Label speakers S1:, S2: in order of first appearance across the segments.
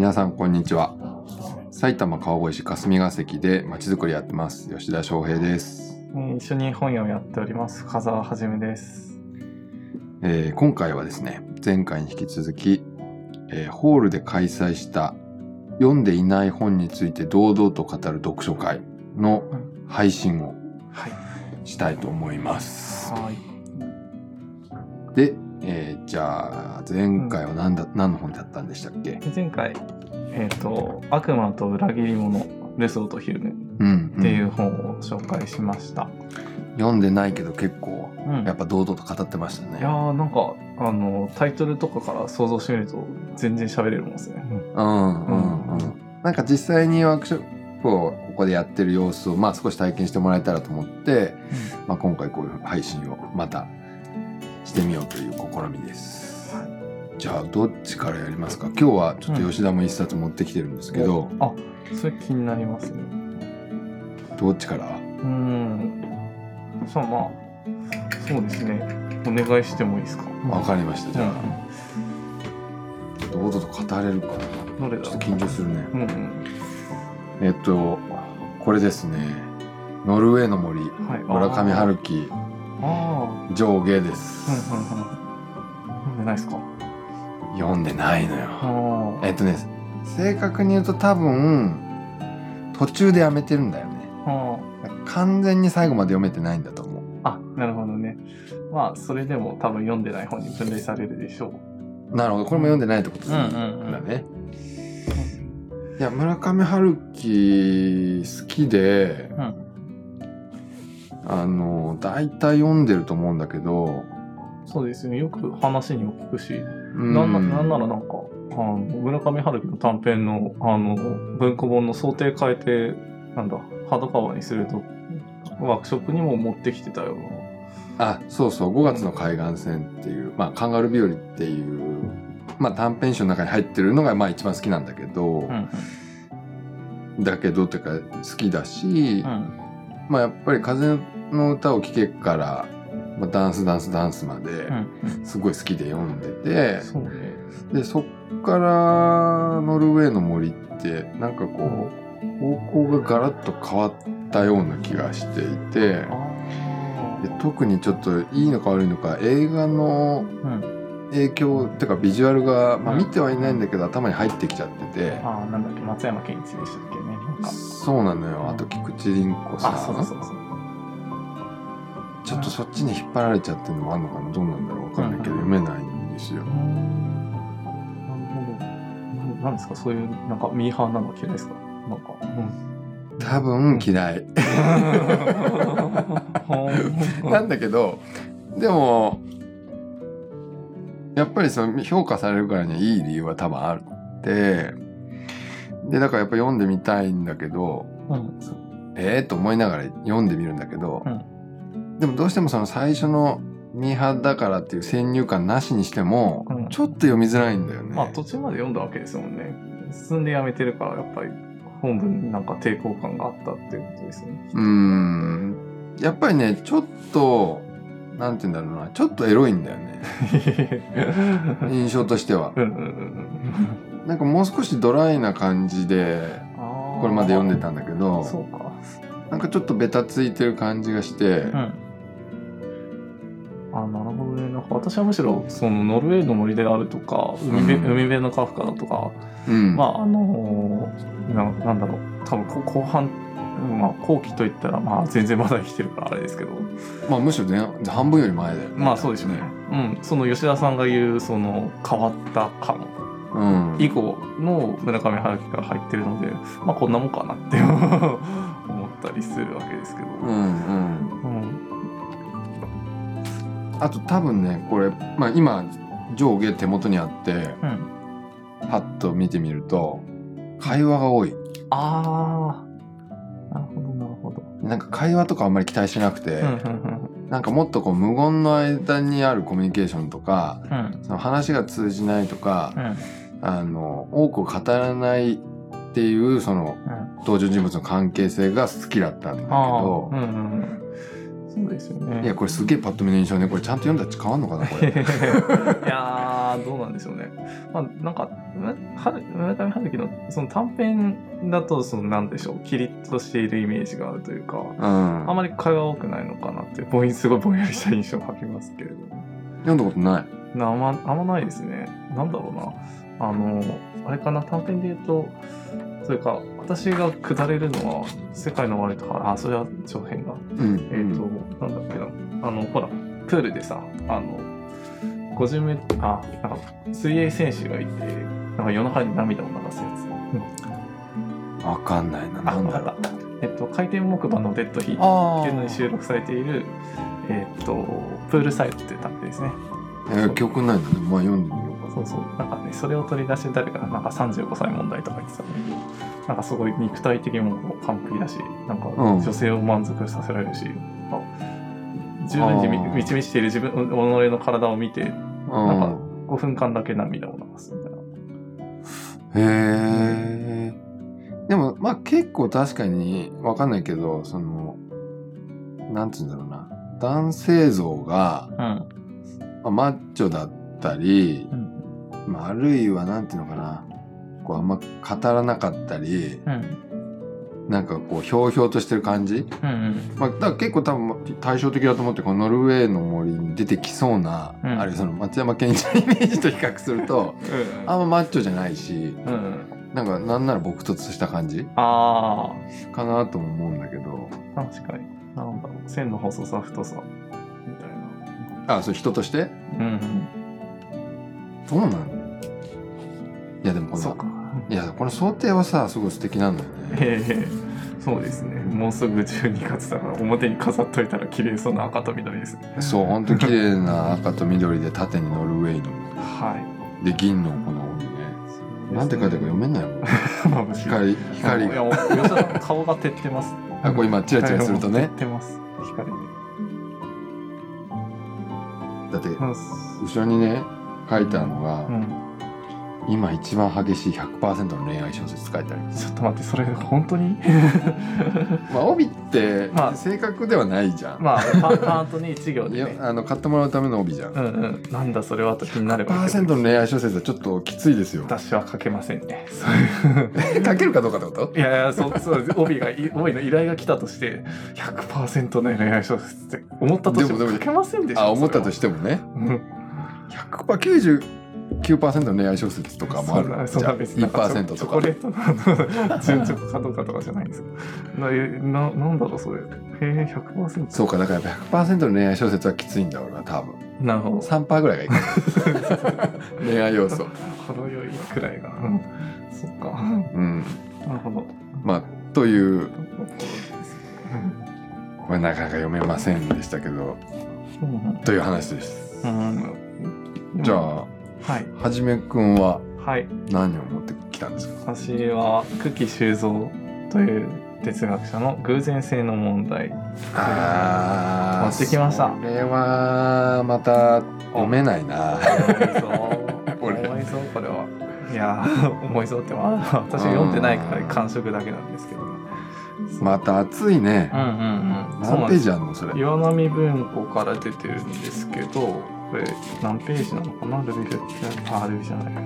S1: 皆さんこんにちは。埼玉川越市霞が関でまちづくりやってます吉田翔平です。
S2: 一緒に本屋をやっております深澤はじめです。
S1: 今回はですね、前回に引き続き、ホールで開催した読んでいない本について堂々と語る読書会の配信をしたいと思います。
S2: はい。
S1: で、じゃあ前回は何の本だったんでしたっけ？
S2: 前回、悪魔と裏切り者レソートヒルムっていう本を紹介しました。
S1: 読んでないけど結構やっぱ堂々と語ってましたね。
S2: いやーなんかタイトルとかから想像してみると全然喋れるもんですね。
S1: なんか実際にワークショップをここでやってる様子を少し体験してもらえたらと思って、今回こういう配信をまたしてみようという試みです。じゃあどっちからやりますか？今日はちょっと吉田も一冊持ってきてるんですけど、
S2: それ気になりますね。
S1: どっちから？
S2: そうですね。お願いしてもいいですか？
S1: わかりました。じゃあ、堂々と語れるかな。
S2: どれだ？
S1: ちょっと緊張するね。これですね。ノルウェーの森、村上春樹、上下です。
S2: 読んでないですか？
S1: 読んでないのよ。正確に言うと多分途中でやめてるんだよね。完全に最後まで読めてないんだと思う。
S2: なるほどね。それでも多分読んでない本に分類されるでしょう。
S1: なるほど、これも読んでないってことだね。いや、村上春樹好きで、大体読んでると思うんだけど。
S2: そうですね、よく話にも聞くし、なんならなんか村上春樹の短編の文庫本の想定変えてハードカバーにするとワークショップにも持ってきてたよ。
S1: そうそう、5月の海岸線っていう、カンガルー日和っていう、短編集の中に入ってるのが一番好きなんだけど、っていうか好きだし、やっぱり風の歌を聴けから、ダンスまですごい好きで読んでて、でそっからノルウェーの森ってなんかこう方向がガラッと変わったような気がしていて、で特にちょっといいのか悪いのか映画の影響っていうかビジュアルが、見てはいないんだけど頭に入ってきちゃってて、
S2: なんだっけ、松山ケンイチでしたっけね。
S1: そうなのよ。あと菊池凛子さん。ちょっとそっちに引っ張られちゃってるのもあるのかな、どうなんだろう、分かんないけど、読めないんですよ。
S2: なるほど。なんですか、そういうなんかミーハーなの嫌いですか？
S1: 多分嫌いなんだけど、でもやっぱりその評価されるからにはいい理由は多分あって、でだからやっぱ読んでみたいんだけど、と思いながら読んでみるんだけど、でもどうしてもその最初のミーハーだからっていう先入観なしにしても、ちょっと読みづらいんだよね。
S2: 途中まで読んだわけですもんね。進んでやめてるからやっぱり本文になんか抵抗感があったっていうことですね。
S1: やっぱりね、ちょっとなんて言うんだろうな、ちょっとエロいんだよね印象としては。なんかもう少しドライな感じでこれまで読んでたんだけど、なんかちょっとベタついてる感じがして、
S2: なるほどね。なんか私はむしろそのノルウェーの森であるとか海辺のカフカだとか、なんだろう、多分後半、後期といったら全然まだ生きてるからあれですけど、
S1: むしろ半分より前だよね。
S2: そうですね。その吉田さんが言うその変わった感、以後の村上春樹が入ってるので、こんなもんかなって思ったりするわけですけど。
S1: あと多分ね、これ、今上下手元にあって、パッと見てみると会話が多い。なる
S2: ほど。
S1: なんか会話とかあんまり期待しなくて、なんかもっとこう無言の間にあるコミュニケーションとか、その話が通じないとか、多くを語らないっていうその登場人物の関係性が好きだったんだけど、
S2: そうですよね。
S1: いやこれすげえパッと見の印象ね。これちゃんと読んだら変わんのかなこれ。
S2: いやどうなんでしょうね。まあなんか村上春樹のその短編だとそのなんでしょう、キリッとしているイメージがあるというか、あまり会話多くないのかなってすごいぼんやりした印象を受けますけれど。
S1: 読んだことない。
S2: あんまないですね。なんだろうな。あれかな、短編で言うと、それか、私が下れるのは、世界の終わりとか、それは長編だ。なんだっけな。ほら、プールでさ、50メートル、なんか、水泳選手がいて、なんか夜中に涙を流すやつ。
S1: わかんないな。なんだろ
S2: う。回転木馬のデッドヒートっていうのに収録されている、プールサイドっていう短編ですね。
S1: 記憶ないんだね。まあ読んでみようか。
S2: そうなんかね、それを取り出して誰かなんか35歳問題とか言ってたんだけど、なんかすごい肉体的にも完璧だし、なんか女性を満足させられるし、十分に満ち満ちている己の体を見て、なんか5分間だけ涙を流すみたいな。
S1: へー。でもまあ結構確かにわかんないけど、そのなんつうんだろうな、男性像が、マッチョだったり、あるいはなんていうのかな、こうあんま語らなかったり、なんかこうひょうひょうとしてる感じ、だから結構多分対照的だと思って、このノルウェーの森に出てきそうな、あるいはその松山ケンイチのイメージと比較すると、あんまマッチョじゃないし、なんかなんなら朴突した感じかなとも思うんだけど。
S2: 確かに。なんだろう、線の細さ太さみたいな。
S1: そう人として？どうなん？いやでもこの想定はさ、すごい素敵なんだよね。
S2: そうですね。もうすぐ12月だから表に飾っといたら綺麗そうな赤と緑です。
S1: そう、本当綺麗な赤と緑で縦にノルウェーの。で銀のこの帯ね。なんて書いてあるか読めないもん。光が。
S2: いや、顔が照ってます。
S1: これ今チラチラするとね。
S2: 照ってます。光で。
S1: だって後ろにね書いてあるのが、今一番激しい 100% の恋愛小説書いてあります。
S2: ちょっと待って、それ本当に？
S1: 帯って正確ではないじゃん。
S2: パートに1行で、ね、
S1: 買ってもらうための帯じゃん。
S2: なんだそれはと気になれば。
S1: 100% の恋愛小説はちょっときついですよ。
S2: 私は書けませんね。
S1: 書けるかどうかってこと？
S2: いやそう帯の依頼が来たとして 100% の恋愛小説って思ったとしても書けませんでしょ。
S1: 思ったとしてもね。100%99% の恋愛小説とかもある。
S2: そんな別に
S1: 1% とか。
S2: チョコレートの純直かどうかとかじゃないんですよ。なんだろうそれ。100%。
S1: そうか、だからやっぱ 100% の恋愛小説はきついんだろうな、多分。
S2: なるほど。
S1: 3% ぐらいがいいかな。恋愛要素。
S2: 程よいくらいが。そっか。なるほど。
S1: という、これなかなか読めませんでしたけど、という話です。じゃあ、はじめくんは何を持ってきたんですか？
S2: 私は久喜修造という哲学者の偶然性の問題持ってきました。
S1: これはまた読めないな。
S2: 重いぞこれは。いや重いぞって私読んでないから感触だけなんですけど、
S1: また熱いね。何ページあるのそれ？
S2: 岩波文庫から出てるんですけど、これ何ページなのかな。ルビじゃない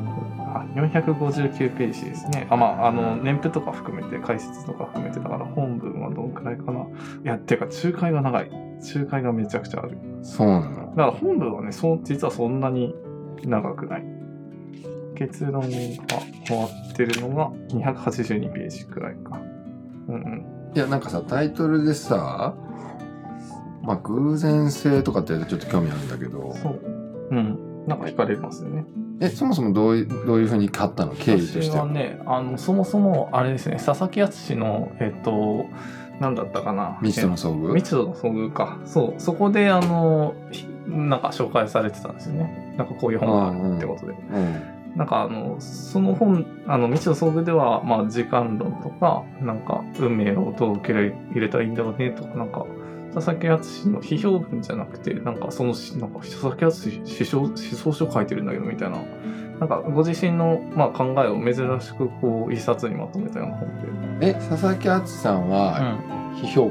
S2: 。459ページですね。年譜とか含めて解説とか含めてだから本文はどんくらいかな。いやっていうか仲介が長い。仲介がめちゃくちゃある。
S1: そうなの。
S2: だから本文はね、実はそんなに長くない。結論が終わってるのが282ページくらいか。
S1: いやなんかさ、タイトルでさ、偶然性とかってちょっと興味あるんだけど。
S2: そう。なんか惹かれますよね。
S1: そもそもどういうふうに買ったの？経緯としては。
S2: 私はね、そもそもあれですね、佐々木敦の何だったかな。
S1: 未知との遭遇？
S2: 未知との遭遇か。そう、そこでなんか紹介されてたんですよね。なんかこういう本があるってことで。なんかその本未知との遭遇では時間論とかなんか運命をどう受け入れたらいいんだろうねとか、なんか佐々木敦の批評文じゃなくて、なんか佐々木敦思想書書いてるんだけどみたいな、なんかご自身の考えを珍しくこう一冊にまとめたような本で。
S1: 佐々木敦さんは批評家？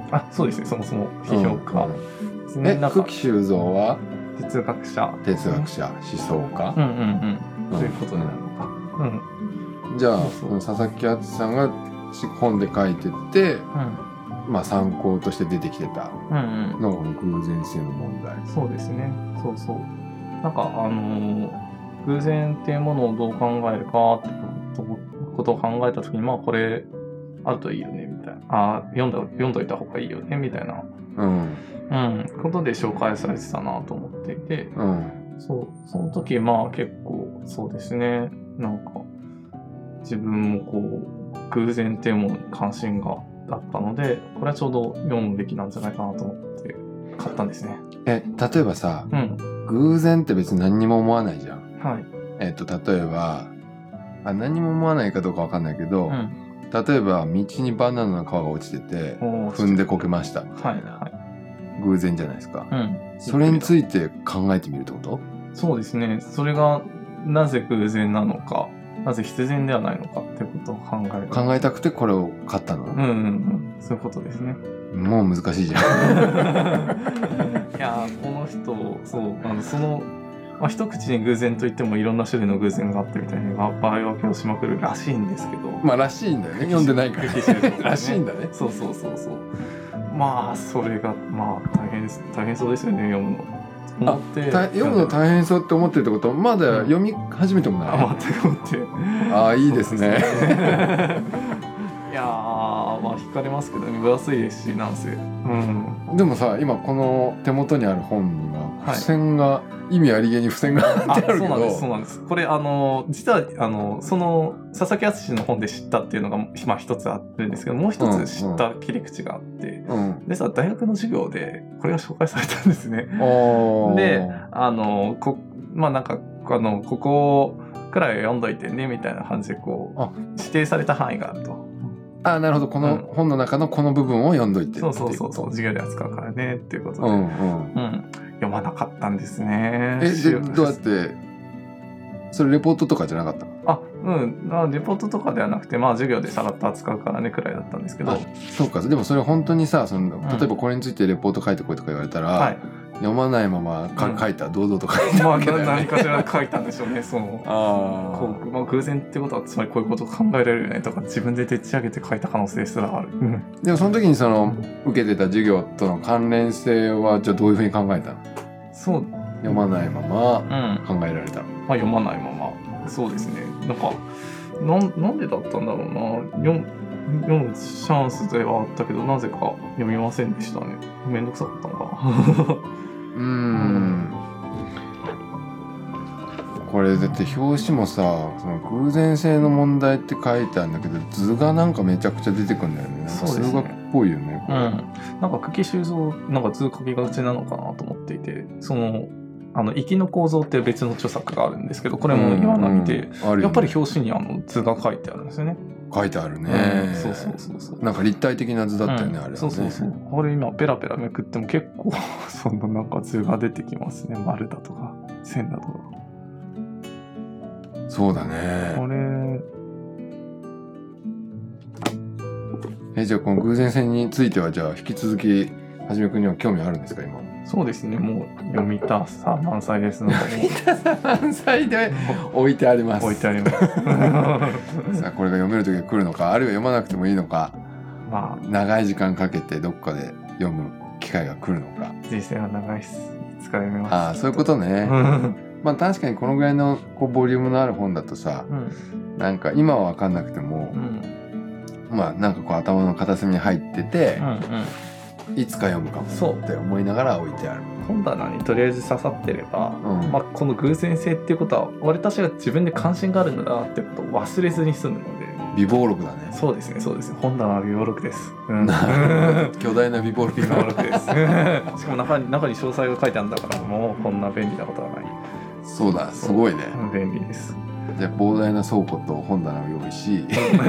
S2: あ、そうですね、そもそも批評家ですね。
S1: 久喜修造は
S2: 哲学者、
S1: 思想家、
S2: ということになるのか。
S1: じゃあ佐々木敦さんが本で書いてて、まあ参考として出てきてたのが偶然性の問題。
S2: そうですね。そうそう。なんか偶然っていうものをどう考えるかってことを考えたときに、まあこれあるといいよねみたいな、読んどいた方がいいよねみたいな、ことで紹介されてたなと思っていて、その時まあ結構そうですね、なんか自分もこう偶然っていうものに関心があったので、これはちょうど読むべきなんじゃないかなと思って買ったんですね。
S1: 例えばさ、偶然って別に何にも思わないじゃん。
S2: はい。
S1: 例えば何にも思わないかどうかわかんないけど、例えば道にバナナの皮が落ちてて踏んでこけました。偶然じゃないですか。それについて考えてみるってこと？そう
S2: ですね。それがなぜ偶然なのか、なぜ必然ではないのかってことを考
S1: えたくてこれを買ったの？
S2: そういうことですね。
S1: もう難しいじゃん。
S2: いやこの人一口に偶然といってもいろんな種類の偶然があってみたいに場合分けをしまくるらしいんですけど、
S1: らしいんだよね。読んでないかららしいんだね。
S2: そうまあそれがまあ大変そうですよね、読むの。
S1: 読むの大変そうって思ってるってことはまだ読み始めてもない？
S2: 全く思って。
S1: いいですね。
S2: いやまあ惹かれますけどね、分厚いですしなんせ。
S1: でもさ、今この手元にある本には付箋が、意味ありげに付箋が貼ってあるけど。
S2: そうなんです。これ実はその佐々木敦の本で知ったっていうのが一つあるんですけど、もう一つ知った切り口があって、でさ、大学の授業でこれが紹介されたんですね。でなんかここくらい読んどいてねみたいな感じでこう指定された範囲があると。
S1: なるほど。この本の中のこの部分を読んどいて。
S2: そう授業で扱うからねっていうことで、読まなかったんですね。
S1: どうやってそれレポートとかじゃなかった？
S2: レポートとかではなくて、授業でさらっと扱うからねくらいだったんですけど。
S1: そうか。でもそれ本当にさ、例えばこれについてレポート書いてこいとか言われたら、読まないまま書いた、堂々と書いたわけだよね。
S2: 何かしら書いたんでしょうね。偶然ってことはつまりこういうことを考えられるよねとか自分ででっち上げて書いた可能性すらある。
S1: でもその時に受けてた授業との関連性はじゃあどういうふうに考えたの？読まないまま考えられたの？
S2: 読まないまま。そうですね。なんでだったんだろうな。読むチャンスではあったけど、なぜか読みませんでしたね。めんどくさかったのか。
S1: これだって表紙もさ、偶然性の問題って書いてあるんだけど、図がなんかめちゃくちゃ出てくるんだよね。数学っぽいよね。
S2: なんか久喜修造なんか図書きがちなのかなと思っていて、行きの構造って別の著作があるんですけど、これも岩波で、やっぱり表紙に図が書いてあるんですよね。
S1: 書いてあるね。
S2: そう。
S1: なんか立体的な図だったよね、あれはね。
S2: そう。これ今ペラペラめくっても結構なんか図が出てきますね。丸だとか線だとか。
S1: そうだね。
S2: こ
S1: れ。じゃあこの偶然性についてはじゃあ引き続きはじめくんには興味あるんですか今？
S2: そうですね。もう読みたさ満載ですので。
S1: 読みたさ満載で置いてあります。
S2: さあ
S1: これが読める時が来るのか、あるいは読まなくてもいいのか、長い時間かけてどっかで読む機会が来るのか。
S2: 人生は長いです。いつか読めます。
S1: そういうことね。確かにこのぐらいのボリュームのある本だとさ、なんか今は分かんなくても、なんか頭の片隅に入ってて、いつか読むかもって思いながら置いてある。
S2: 本棚にとりあえず刺さってれば、この偶然性っていうことは私が自分で関心があるんだなってことを忘れずに済むので。
S1: 備忘録だね。
S2: そうですね。本棚は備忘録です。
S1: 巨大な備忘録。
S2: です。しかも中に詳細が書いてあるんだから、もうこんな便利なことはない。
S1: そうだ、すごいね。
S2: 便利です。
S1: じゃあ膨大な倉庫と本棚を用意し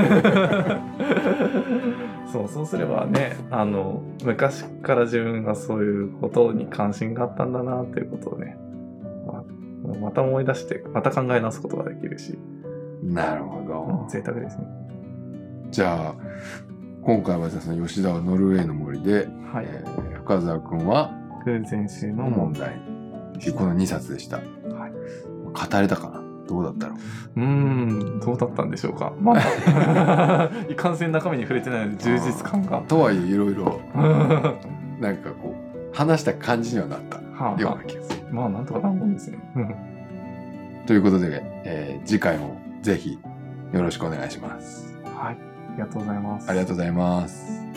S2: そうすればね、昔から自分がそういうことに関心があったんだなっていうことをね、また思い出してまた考え直すことができるし。
S1: なるほど。
S2: 贅沢ですね。
S1: じゃあ今回はその吉田はノルウェーの森で、はい、深澤くんは
S2: 偶然性の問題、
S1: この2冊でした、はい、語れたかな、どうだったろ
S2: う。どうだったんでしょうか。まあいかんせん中身に触れてないので充実感が
S1: とはいえいろいろなんかこう話した感じにはなったような気がする。
S2: まあなんとかなるもんですね
S1: ということで、次回もぜひよろしくお願いします。
S2: はい、ありがとうございます。
S1: ありがとうございます。